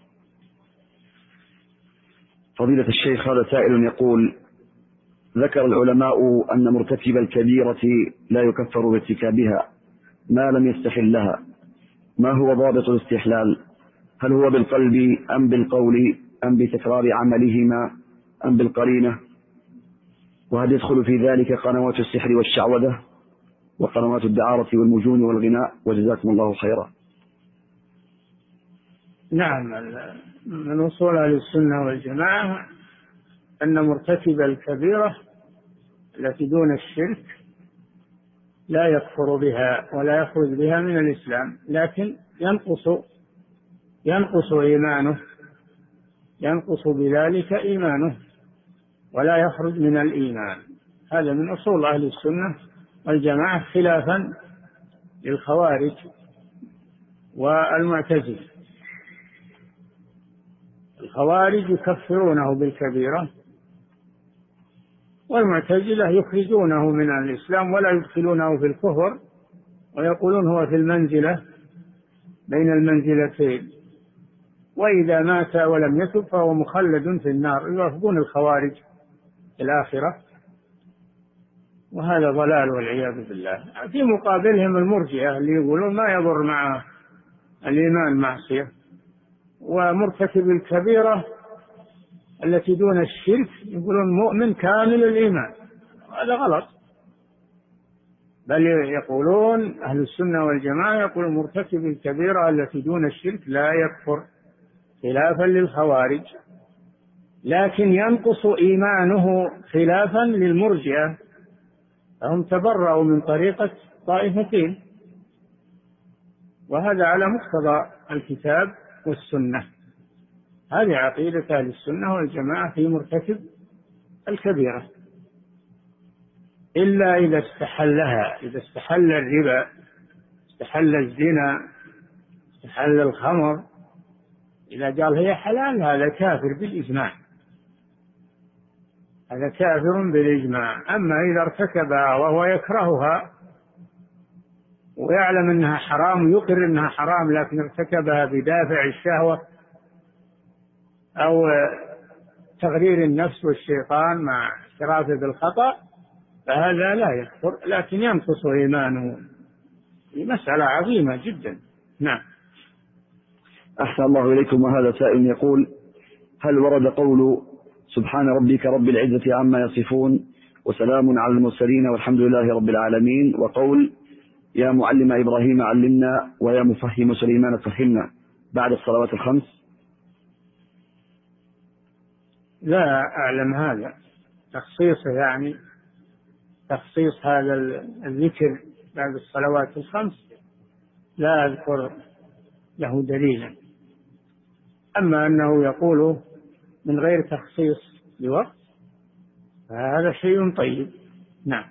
فضيلة الشيخ، هذا سائل يقول: ذكر العلماء أن مرتكب الكبيرة لا يكفر بارتكابها ما لم يستحلها، ما هو ضابط الاستحلال؟ هل هو بالقلب أم بالقول أم بتكرار عملهما أم بالقرينة؟ وهل يدخل في ذلك قنوات السحر والشعوذة وقنوات الدعارة والمجون والغناء؟ وجزاكم الله خيرا. نعم، من أصول أهل السنة والجماعة أن مرتكب الكبيرة التي دون الشرك لا يكفر بها ولا يخرج بها من الإسلام، لكن ينقص ينقص إيمانه ينقص بذلك إيمانه ولا يخرج من الإيمان. هذا من أصول أهل السنة والجماعة، خلافا للخوارج والمعتزلة. الخوارج يكفرونه بالكبيرة، والمعتزلة يخرجونه من الإسلام ولا يدخلونه في الكفر، ويقولون هو في المنزلة بين المنزلتين، وإذا مات ولم يتب فهو مخلد في النار. يوافقون الخوارج في الآخرة، وهذا ضلال والعياذ بالله. في مقابلهم المرجئة اللي يقولون ما يضر مع الإيمان معصية، ومرتكب الكبيرة التي دون الشرك يقولون مؤمن كامل الإيمان. هذا غلط، بل يقولون أهل السنة والجماعة يقولون مرتكب الكبيرة التي دون الشرك لا يكفر، خلافا للخوارج، لكن ينقص إيمانه خلافا للمرجئة، فهم تبرأوا من طريقة طائفتين، وهذا على مقتضى الكتاب والسنة. هذه عقيدة أهل السنة والجماعة في مرتكب الكبيرة، إلا إذا استحلها، إذا استحل الربا، استحل الزنا، استحل الخمر، إذا قال هي حلال هذا كافر بالإجماع، هذا كافر بالإجماع. أما إذا ارتكبها وهو يكرهها ويعلم أنها حرام، يقر أنها حرام، لكن ارتكبها بدافع الشهوة أو تغرير النفس والشيطان مع اعترافه بالخطأ، فهذا لا يكفر، لكن ينقص إيمانه. هي مسألة عظيمة جدا. نعم. أحسن الله إليكم. وهذا سائل يقول: هل ورد قول سبحان ربك رب العزة عما يصفون وسلام على المرسلين والحمد لله رب العالمين، وقول يا معلم إبراهيم علمنا ويا مفهم سليمان فهمنا بعد الصلوات الخمس؟ لا أعلم هذا تخصيصه، يعني تخصيص هذا الذكر بعد الصلوات الخمس لا أذكر له دليلا. أما أنه يقول من غير تخصيص لوقت فهذا شيء طيب. نعم.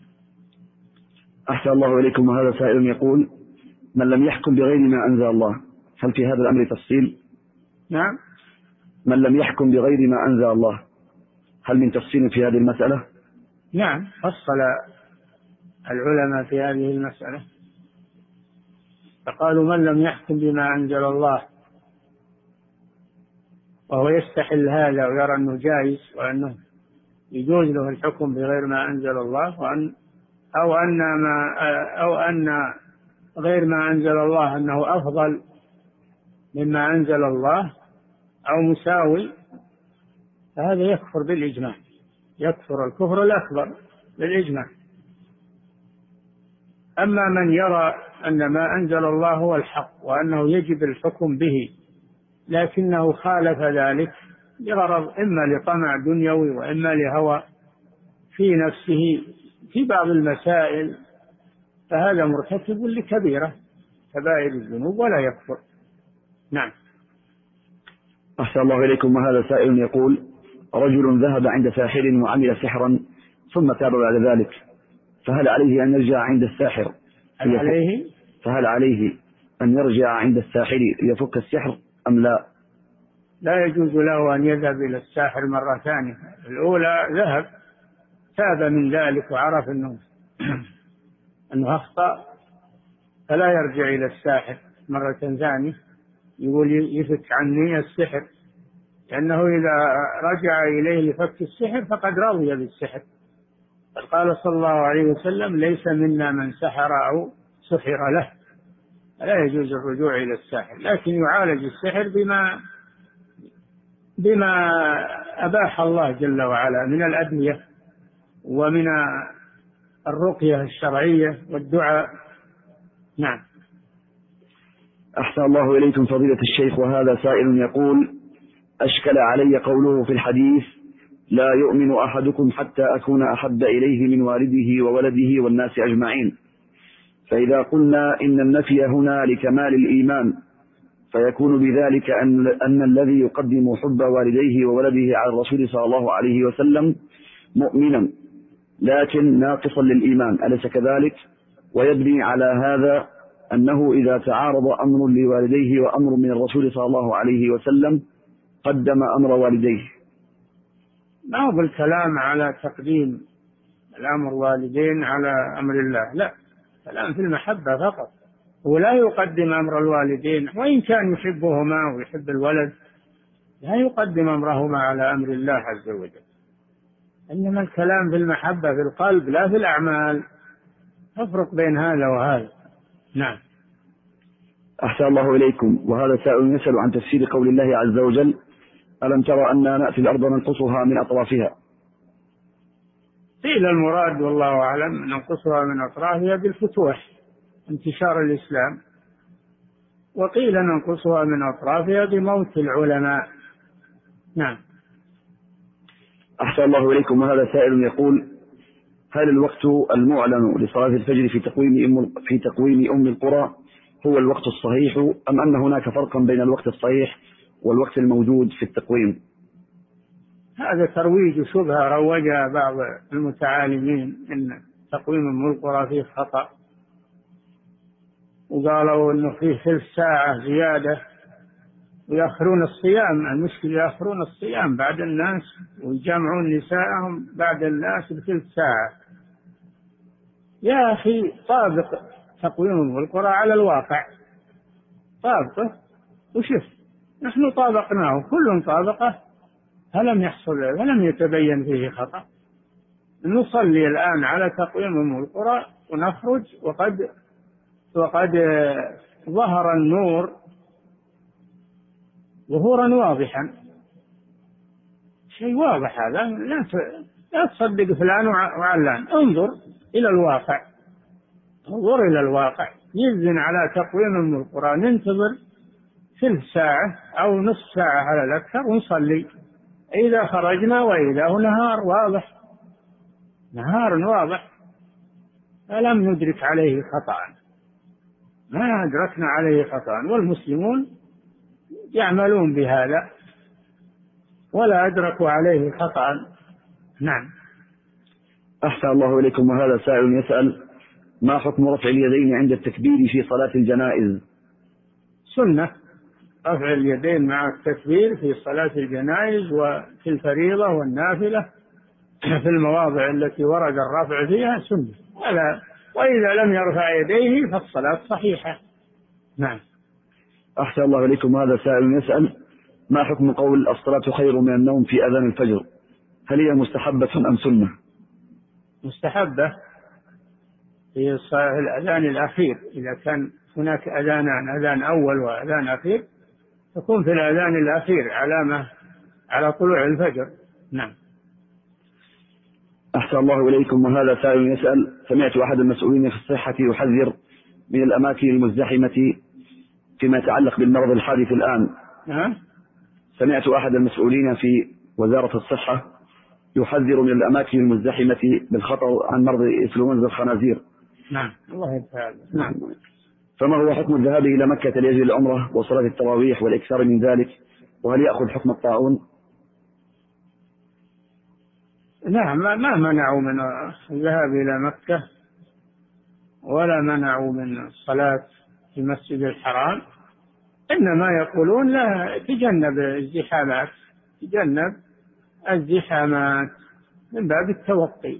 أحسن الله إليكم. وهذا سائل يقول: من لم يحكم بغير ما أنزل الله، هل في هذا الأمر تفصيل؟ نعم. من لم يحكم بغير ما أنزل الله، هل من تفصيل في هذه المسألة؟ نعم، فصل العلماء في هذه المسألة فقالوا: من لم يحكم بما أنزل الله وهو يستحل هذا ويرى أنه جائز وأنه يجوز له الحكم بغير ما أنزل الله، وأن أو أن ما أو أن غير ما أنزل الله أنه أفضل مما أنزل الله أو مساوي، فهذا يكفر بالإجماع، يكفر الكفر الأكبر بالإجماع. أما من يرى أن ما أنزل الله هو الحق وأنه يجب الحكم به لكنه خالف ذلك لغرض إما لطمع دنيوي وإما لهوى في نفسه في بعض المسائل، فهذا مرتكب لكبيرة كبائر الذنوب ولا يكفر. نعم. أحسن الله إليكم. وهذا سائل يقول: رجل ذهب عند ساحر وعمل سحرا ثم تاب بعد ذلك، فهل عليه أن يرجع عند الساحر هل عليه فهل عليه أن يرجع عند الساحر ليفك السحر أم لا؟ لا يجوز له أن يذهب إلى الساحر مرة ثانية. الأولى ذهب تاب من ذلك وعرف أنه أنه أخطأ، فلا يرجع إلى الساحر مرة ثانية يقول يفك عني السحر، لأنه إذا رجع إليه لفك السحر فقد رضي بالسحر. قال صلى الله عليه وسلم: ليس منا من سحر أو سحر له. لا يجوز الرجوع إلى الساحر، لكن يعالج السحر بما بما أباح الله جل وعلا من الأدوية ومن الرقية الشرعية والدعاء. نعم. أحسن الله إليكم فضيلة الشيخ. وهذا سائل يقول: أشكل علي قوله في الحديث: لا يؤمن أحدكم حتى أكون أحب إليه من والده وولده والناس أجمعين، فإذا قلنا إن النفي هنا لكمال الإيمان فيكون بذلك أن, أن الذي يقدم حب والديه وولده على الرسول صلى الله عليه وسلم مؤمنا لكن ناقصا للإيمان، أليس كذلك؟ ويبني على هذا أنه إذا تعارض أمر لوالديه وأمر من الرسول صلى الله عليه وسلم قدم أمر والديه. ما هو بالكلام على تقديم الأمر والدين على أمر الله، لا، كلام في المحبة فقط، ولا يقدم أمر الوالدين وإن كان يحبهما ويحب الولد، لا يقدم أمرهما على أمر الله عز وجل، إنما الكلام في المحبة في القلب لا في الأعمال، تفرق بين هذا وهذا. نعم. أحسن الله إليكم. وهذا سائل يسأل عن تفسير قول الله عز وجل: ألم ترى أننا نأتي الأرض ننقصها من أطرافها؟ قيل المراد والله أعلم ننقصها من أطرافها بالفتوح انتشار الإسلام، وقيل ننقصها من أطرافها بموت العلماء. نعم. أحسن الله إليكم. وهذا سائل يقول: هل الوقت المعلن لصلاة الفجر في تقويم أم في تقويم أم القرى هو الوقت الصحيح أم أن هناك فرقا بين الوقت الصحيح والوقت الموجود في التقويم؟ هذا ترويج شبهة روجها بعض المتعالمين إن تقويم أم القرى فيه خطأ، وقالوا إنه فيه ثلث ساعة زيادة ويأخرون الصيام. المشكلة يأخرون الصيام بعد الناس ويجمعون نساءهم بعد الناس بثلث ساعة. يا أخي طابق تقويم القرى على الواقع، طابقه وشف، نحن طابقناه كل طابقه، فلم يحصل ولم يتبين فيه خطأ. نصلي الآن على تقويم القرى ونخرج وقد وقد ظهر النور ظهورا واضحا، شيء واضح هذا، لا لا تصدق فلان وعلان، انظر إلى الواقع، انظر إلى الواقع، يزن على تقويم أم القرى، ننتظر ثلث ساعة أو نصف ساعة على الأكثر ونصلي، إذا خرجنا وإذا هو نهار واضح، نهار واضح، فلم ندرك عليه خطأ. ما أدركنا عليه خطأ، والمسلمون يعملون بهذا ولا أدركوا عليه خطأ. نعم. أحسن الله إليكم. وهذا سائل يسأل: ما حكم رفع اليدين عند التكبير في صلاة الجنائز؟ سنة رفع اليدين مع التكبير في صلاة الجنائز وفي الفريضة والنافلة في المواضع التي ورد الرفع فيها سنة، ولا وإذا لم يرفع يديه فالصلاة صحيحة. نعم. أحسن الله إليكم. هذا سائل يسأل: ما حكم قول الصلاة خير من النوم في أذان الفجر؟ هل هي مستحبة أم سنة؟ مستحبة في الأذان الأخير، إذا كان هناك أذانان، أذان أول وأذان أخير، تكون في الأذان الأخير علامة على طلوع الفجر. نعم. أحسن الله إليكم. وهذا سائل يسأل: سمعت أحد المسؤولين في الصحة يحذر من الأماكن المزدحمة فيما يتعلق بالمرض الحادث الآن. نعم. سمعت أحد المسؤولين في وزارة الصحة يحذر من الأماكن المزدحمة بالخطر عن مرض إنفلونزا الخنازير. نعم. الله يتعالى. نعم. فما هو حكم الذهاب إلى مكة لأجل العمرة وصلاة التراويح والإكثار من ذلك، وهل يأخذ حكم الطاعون؟ نعم، ما منعوا من الذهاب إلى مكة ولا منعوا من الصلاة في المسجد الحرام، إنما يقولون لا تجنب الزحامات، تجنب الزحامات من باب التوقي،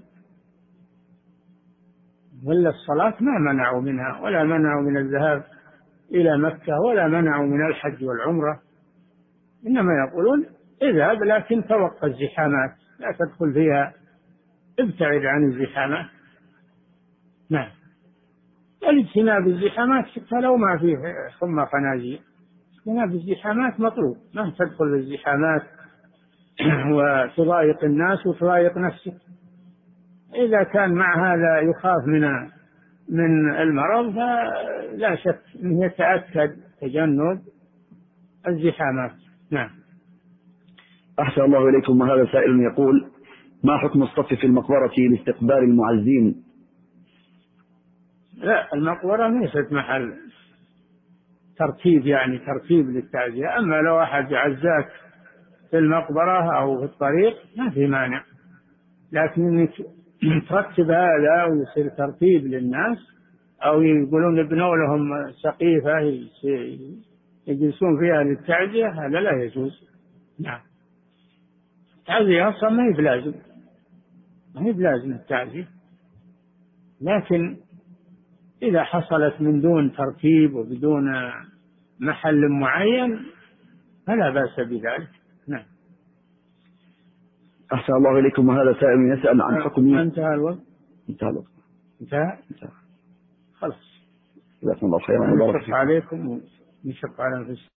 ولا الصلاة ما منعوا منها، ولا منعوا من الذهاب إلى مكة، ولا منعوا من الحج والعمرة، إنما يقولون اذهب لكن توقى الزحامات، لا تدخل فيها، ابتعد عن الزحامات. نعم. الاجتناب الزحامات حتى لو ما فيه ثم خنازير، اجتناب الزحامات مطلوب، ما تدخل الزحامات وتضايق الناس وتضايق نفسك. إذا كان مع هذا يخاف من من المرض فلا شك أن يتأكد تجنب الزحامات. نعم. أحسن الله إليكم. وهذا سائل يقول: ما حكم الصف في المقبرة لاستقبال المعزين؟ لا، المقبرة ليست محل ترتيب، يعني ترتيب للتعزية. أما لو أحد عزاك في المقبرة أو في الطريق ما في مانع، لكن ترتب هذا ويصير ترتيب للناس، أو يقولون ابنوا لهم سقيفة يجلسون فيها للتعزية، هذا لا يجوز. نعم. التعزية أصلا ما هي بلازم، ما هي بلازم التعزية، لكن إذا حصلت من دون ترتيب وبدون محل معين فلا بأس بذلك. نعم. أحسن الله إليكم. وهذا سائل يسأل عن حكم. انتهى الوقت. انتهى الوقت. انتهى. انتهى. خلاص. جزاكم الله خيرا. نشق عليكم ونشق على أنفسكم.